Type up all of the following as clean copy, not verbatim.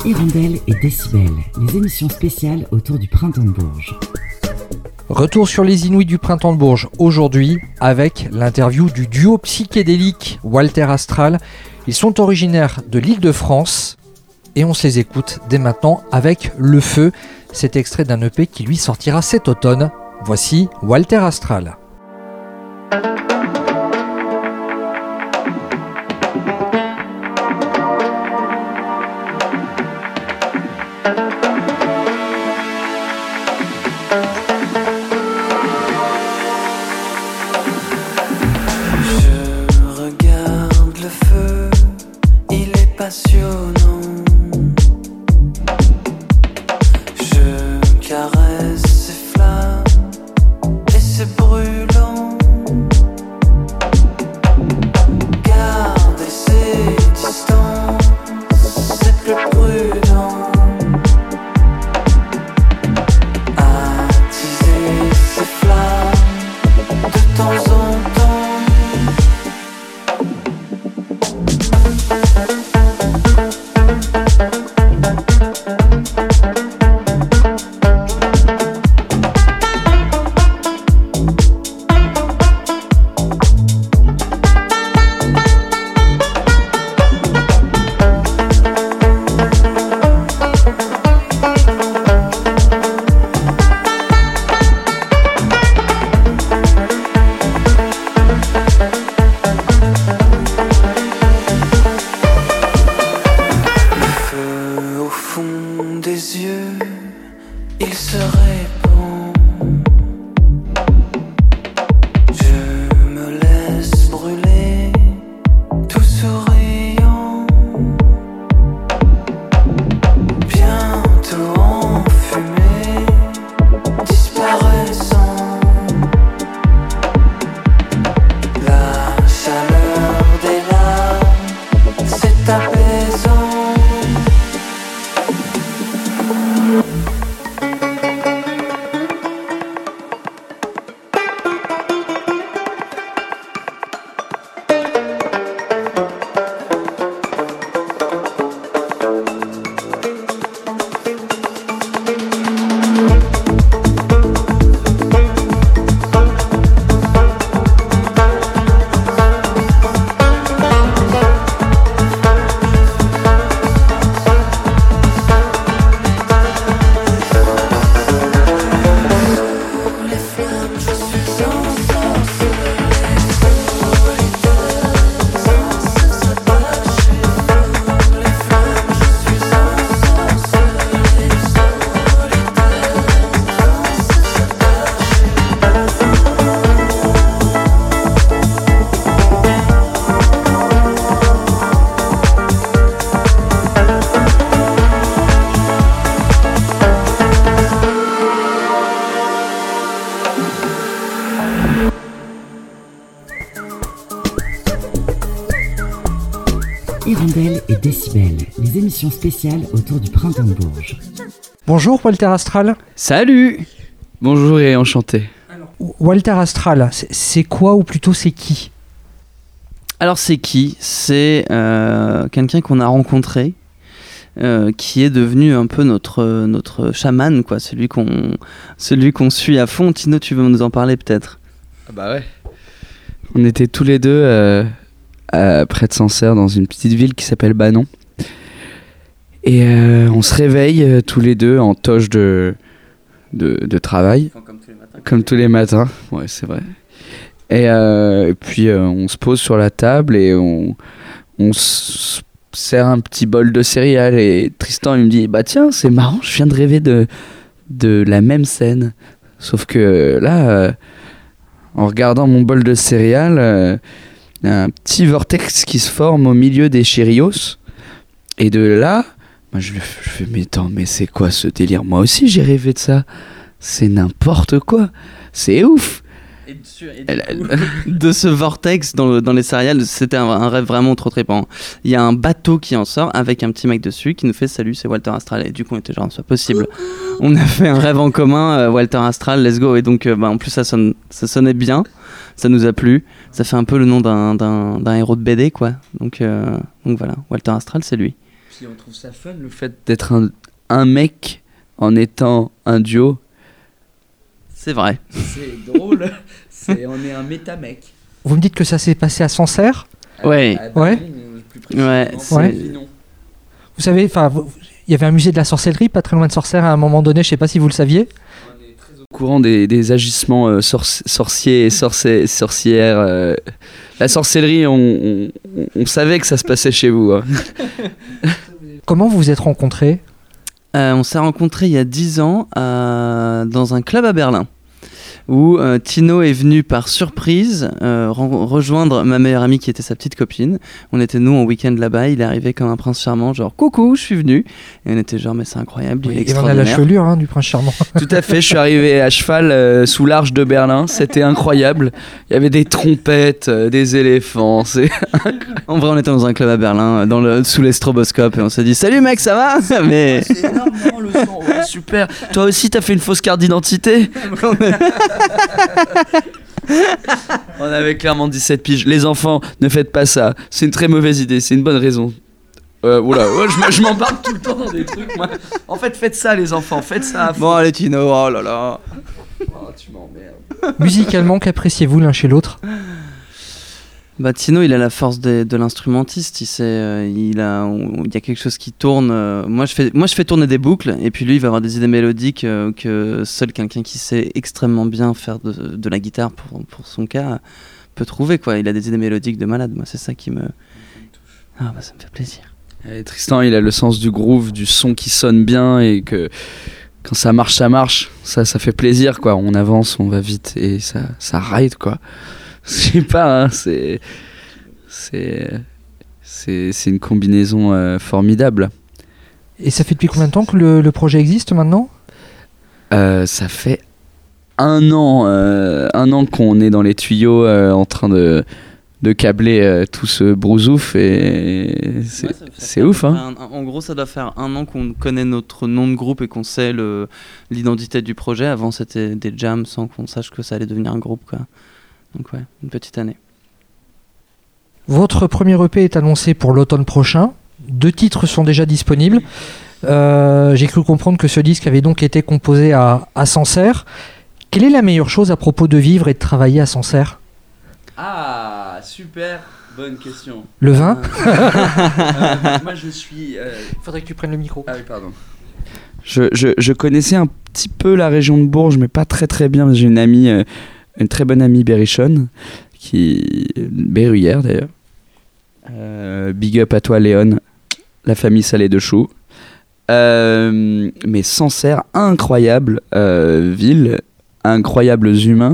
Hirondelle et Décibel, les émissions spéciales autour du printemps de Bourges. Retour sur les Inouïs du printemps de Bourges aujourd'hui avec l'interview du duo psychédélique Walter Astral. Ils sont originaires de l'Île-de-France et on se les écoute dès maintenant avec Le Feu. C'est extrait d'un EP qui lui sortira cet automne. Voici Walter Astral. Hirondelle et Décibel, les émissions spéciales autour du printemps de Bourges. Bonjour Walter Astral. Salut. Bonjour et enchanté. Walter Astral, c'est quoi ou plutôt c'est qui ? Alors c'est qui ? C'est quelqu'un qu'on a rencontré, qui est devenu un peu notre chaman, quoi, celui qu'on suit à fond. Tino, tu veux nous en parler peut-être ? Ah bah ouais. On était tous les deux près de Sancerre, dans une petite ville qui s'appelle Banon. Et on se réveille tous les deux en toge de travail. Comme tous les matins, ouais, c'est vrai. Et puis on se pose sur la table et on se sert un petit bol de céréales. Et Tristan, il me dit, bah tiens, c'est marrant, je viens de rêver de la même scène. Sauf que là, en regardant mon bol de céréales, il y a un petit vortex qui se forme au milieu des Cheerios. Et de là, moi je fais, mais attends, mais c'est quoi ce délire ? Moi aussi j'ai rêvé de ça. C'est n'importe quoi. C'est ouf. De ce vortex dans les céréales, c'était un rêve vraiment trop trippant. Il y a un bateau qui en sort avec un petit mec dessus qui nous fait salut, c'est Walter Astral. Et du coup on était genre, c'est pas possible. On a fait un rêve en commun, Walter Astral, let's go. Et donc en plus ça sonnait bien, ça nous a plu. Ça fait un peu le nom d'un héros de BD, quoi. Donc voilà, Walter Astral, c'est lui. puis on trouve ça fun, le fait d'être un mec en étant un duo. C'est vrai. C'est drôle. On est un méta-mec. Vous me dites que ça s'est passé à Sancerre. Ouais. Ouais. Ouais, Vous savez, il y avait un musée de la sorcellerie pas très loin de Sancerre à un moment donné, je sais pas si vous le saviez. On est très au courant des agissements sorciers et sorcières. La sorcellerie, on savait que ça se passait chez vous. Hein. Comment vous vous êtes rencontrés ? On s'est rencontrés il y a 10 ans dans un club à Berlin où Tino est venu par surprise rejoindre ma meilleure amie qui était sa petite copine. On était nous en week-end là-bas, il est arrivé comme un prince charmant, genre coucou, je suis venu. Et on était genre mais c'est incroyable, il est extraordinaire. Et on a la chevelure du prince charmant. Tout à fait, je suis arrivé à cheval sous l'Arche de Berlin, c'était incroyable. Il y avait des trompettes, des éléphants. En vrai on était dans un club à Berlin, sous les stroboscopes et on s'est dit salut mec, ça va? Mais... C'est énorme, le son, ouais, super. Toi aussi t'as fait une fausse carte d'identité? On avait clairement 17 piges. Les enfants, ne faites pas ça. C'est une très mauvaise idée, c'est une bonne raison. Je m'embarque tout le temps dans des trucs, moi. En fait, faites ça, les enfants, faites ça à fond. Bon, allez, Tino, oh là là. Oh, tu m'emmerdes. Musicalement, qu'appréciez-vous l'un chez l'autre ? Bah, Tino, il a la force de l'instrumentiste. Il y a quelque chose qui tourne. Moi, je fais tourner des boucles, et puis lui, il va avoir des idées mélodiques que seul quelqu'un qui sait extrêmement bien faire de la guitare pour son cas peut trouver, quoi. Il a des idées mélodiques de malade. Moi, c'est ça qui me. Ah, bah, ça me fait plaisir. Et Tristan, il a le sens du groove, du son qui sonne bien, et que quand ça marche. Ça fait plaisir, quoi. On avance, on va vite, et ça ride, quoi. Je sais pas, hein, c'est une combinaison formidable. Et ça fait depuis combien de temps que le projet existe maintenant ? Ça fait un an qu'on est dans les tuyaux en train de câbler tout ce brousouf et c'est ouf. Hein. En gros, ça doit faire un an qu'on connaît notre nom de groupe et qu'on sait l'identité du projet. Avant, c'était des jams sans qu'on sache que ça allait devenir un groupe, quoi. Donc ouais, une petite année. Votre premier EP est annoncé pour l'automne prochain. 2 titres sont déjà disponibles. J'ai cru comprendre que ce disque avait donc été composé à Sancerre. Quelle est la meilleure chose à propos de vivre et de travailler à Sancerre ? Ah, super bonne question. Le vin ? Moi je suis... Faudrait que tu prennes le micro. Ah oui, pardon. Je connaissais un petit peu la région de Bourges, mais pas très très bien. J'ai une très bonne amie berrichonne, berruyère d'ailleurs. Big up à toi Léon, la famille Salé de Chou. Mais Sancerre, incroyable ville, incroyables humains.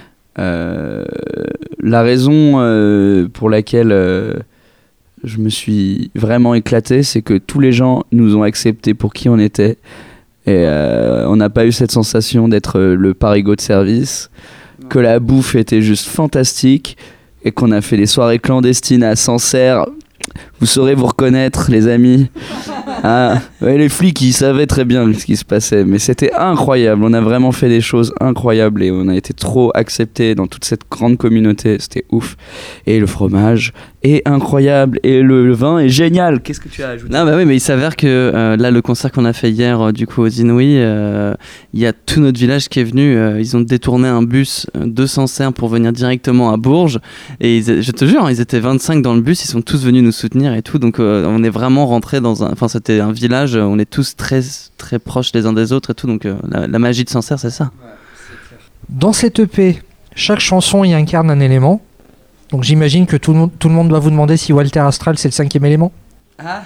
La raison pour laquelle je me suis vraiment éclaté, c'est que tous les gens nous ont acceptés pour qui on était. Et on n'a pas eu cette sensation d'être le parigot de service. Que la bouffe était juste fantastique et qu'on a fait des soirées clandestines à Sancerre. Vous saurez vous reconnaître, les amis. Ah, ouais, les flics, ils savaient très bien ce qui se passait, mais c'était incroyable. On a vraiment fait des choses incroyables et on a été trop acceptés dans toute cette grande communauté. C'était ouf. Et le fromage est incroyable et le vin est génial. Qu'est-ce que tu as ajouté ? Non, bah oui, mais il s'avère que là, le concert qu'on a fait hier, du coup, aux Inouïs, il y a tout notre village qui est venu. Ils ont détourné un bus de Sancerre pour venir directement à Bourges. Et je te jure, ils étaient 25 dans le bus. Ils sont tous venus nous soutenir et tout. Donc, on est vraiment rentrés dans un. Enfin, c'était un village. On est tous très, très proches les uns des autres et tout. Donc, la magie de Sancerre, c'est ça. Ouais, c'est clair. Dans cette EP, chaque chanson y incarne un élément. Donc j'imagine que tout le monde doit vous demander si Walter Astral c'est le 5e élément. Ah.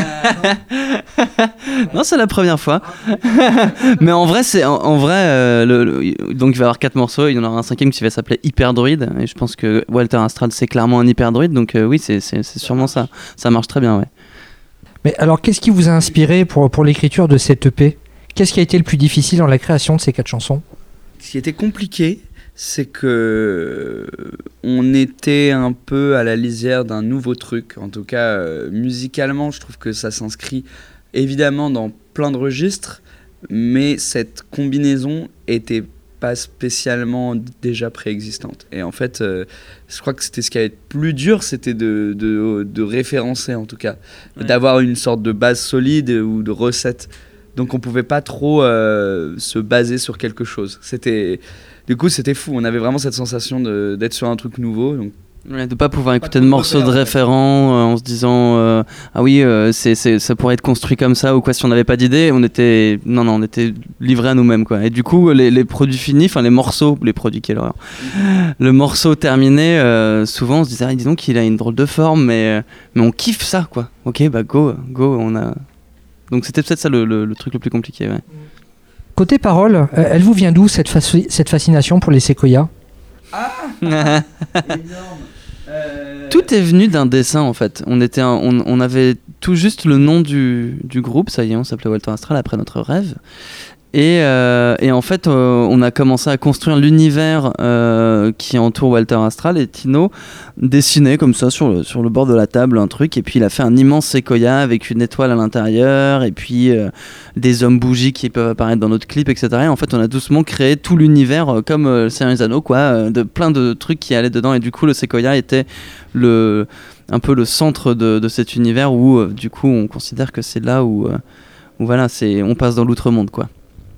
Non, c'est la première fois. Mais en vrai, donc il va y avoir 4 morceaux. Il y en aura un 5e qui va s'appeler Hyperdruide. Et je pense que Walter Astral c'est clairement un hyperdruide. Donc oui, c'est sûrement ça. Ça marche très bien, ouais. Mais alors, qu'est-ce qui vous a inspiré pour l'écriture de cette EP ? Qu'est-ce qui a été le plus difficile dans la création de ces 4 chansons ? Ce qui était compliqué, c'est que on était un peu à la lisière d'un nouveau truc. En tout cas, musicalement, je trouve que ça s'inscrit évidemment dans plein de registres, mais cette combinaison était pas spécialement déjà préexistantes. Et en fait, je crois que c'était ce qui allait être plus dur, c'était de référencer en tout cas, d'avoir une sorte de base solide ou de recette. Donc on pouvait pas trop se baser sur quelque chose. Du coup, c'était fou. On avait vraiment cette sensation d'être sur un truc nouveau. Donc, de pas pouvoir écouter de morceaux de référents en se disant ah oui ça pourrait être construit comme ça ou quoi. Si on n'avait pas d'idée, on était livrés à nous-mêmes quoi. Et du coup les produits finis, enfin les morceaux, les produits quelle horreur, le morceau terminé, souvent on se disait dis donc il a une drôle de forme mais on kiffe ça quoi. Ok bah go on a. Donc c'était peut-être ça le truc le plus compliqué. Ouais. Côté paroles, elle vous vient d'où cette fascination pour les séquoias? Énorme. Tout est venu d'un dessin en fait. On avait tout juste le nom du groupe, ça y est, on s'appelait Walter Astral après notre rêve. Et en fait, on a commencé à construire l'univers qui entoure Walter Astral, et Tino dessinait comme ça sur le bord de la table un truc, et puis il a fait un immense séquoia avec une étoile à l'intérieur, et puis des hommes bougies qui peuvent apparaître dans notre clip, etc. Et en fait, on a doucement créé tout l'univers comme le Seigneur des Anneaux, quoi, de plein de trucs qui allaient dedans, et du coup, le séquoia était un peu le centre de cet univers où, du coup, on considère que c'est là où voilà, on passe dans l'outre-monde, quoi.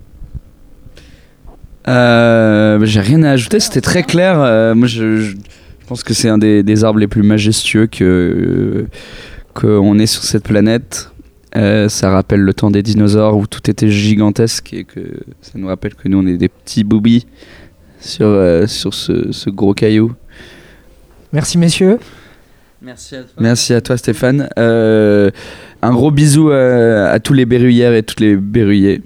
J'ai rien à ajouter, c'était très clair. Moi je pense que c'est un des arbres les plus majestueux qu'on ait sur cette planète. Ça rappelle le temps des dinosaures où tout était gigantesque, et que ça nous rappelle que nous on est des petits boubis sur ce gros caillou. Merci messieurs. Merci à toi. Merci à toi Stéphane. Un gros bisou à tous les berruyères et toutes les berruyers.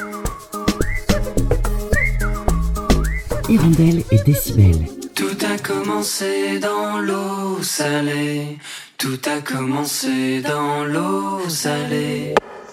Hirondelle et Décibel. Tout a commencé dans l'eau salée. Tout a commencé dans l'eau salée.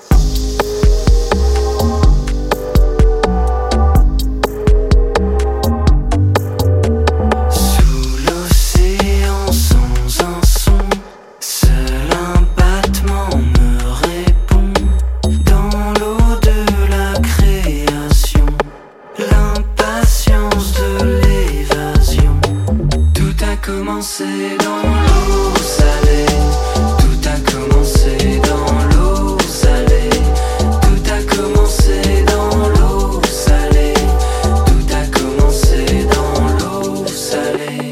C'est dans l'eau salée. Tout a commencé dans l'eau salée. Tout a commencé dans l'eau salée. Tout a commencé dans l'eau salée.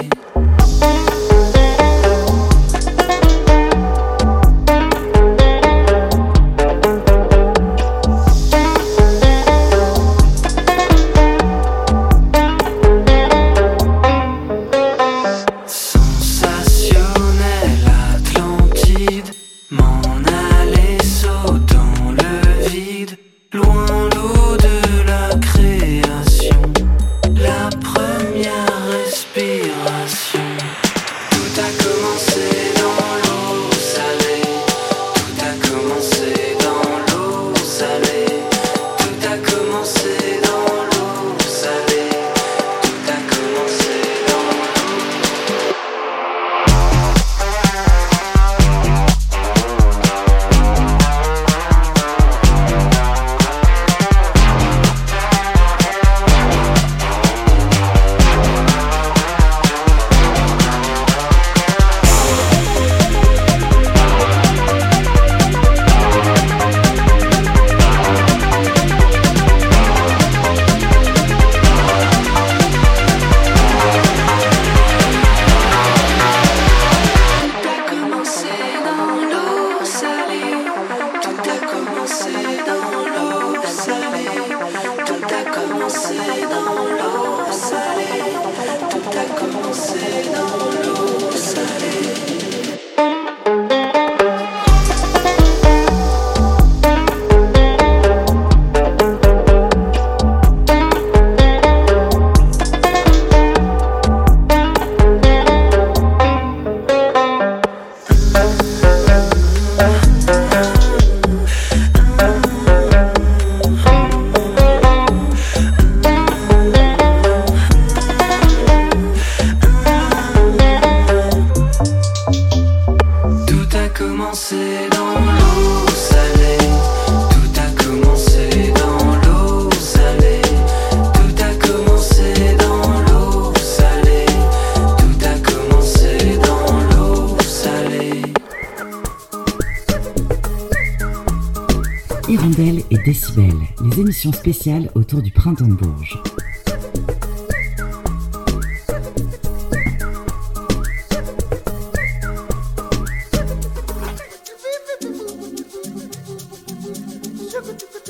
Tout a commencé Hirondelle et Décibel, les émissions spéciales autour du printemps de Bourges. Sugar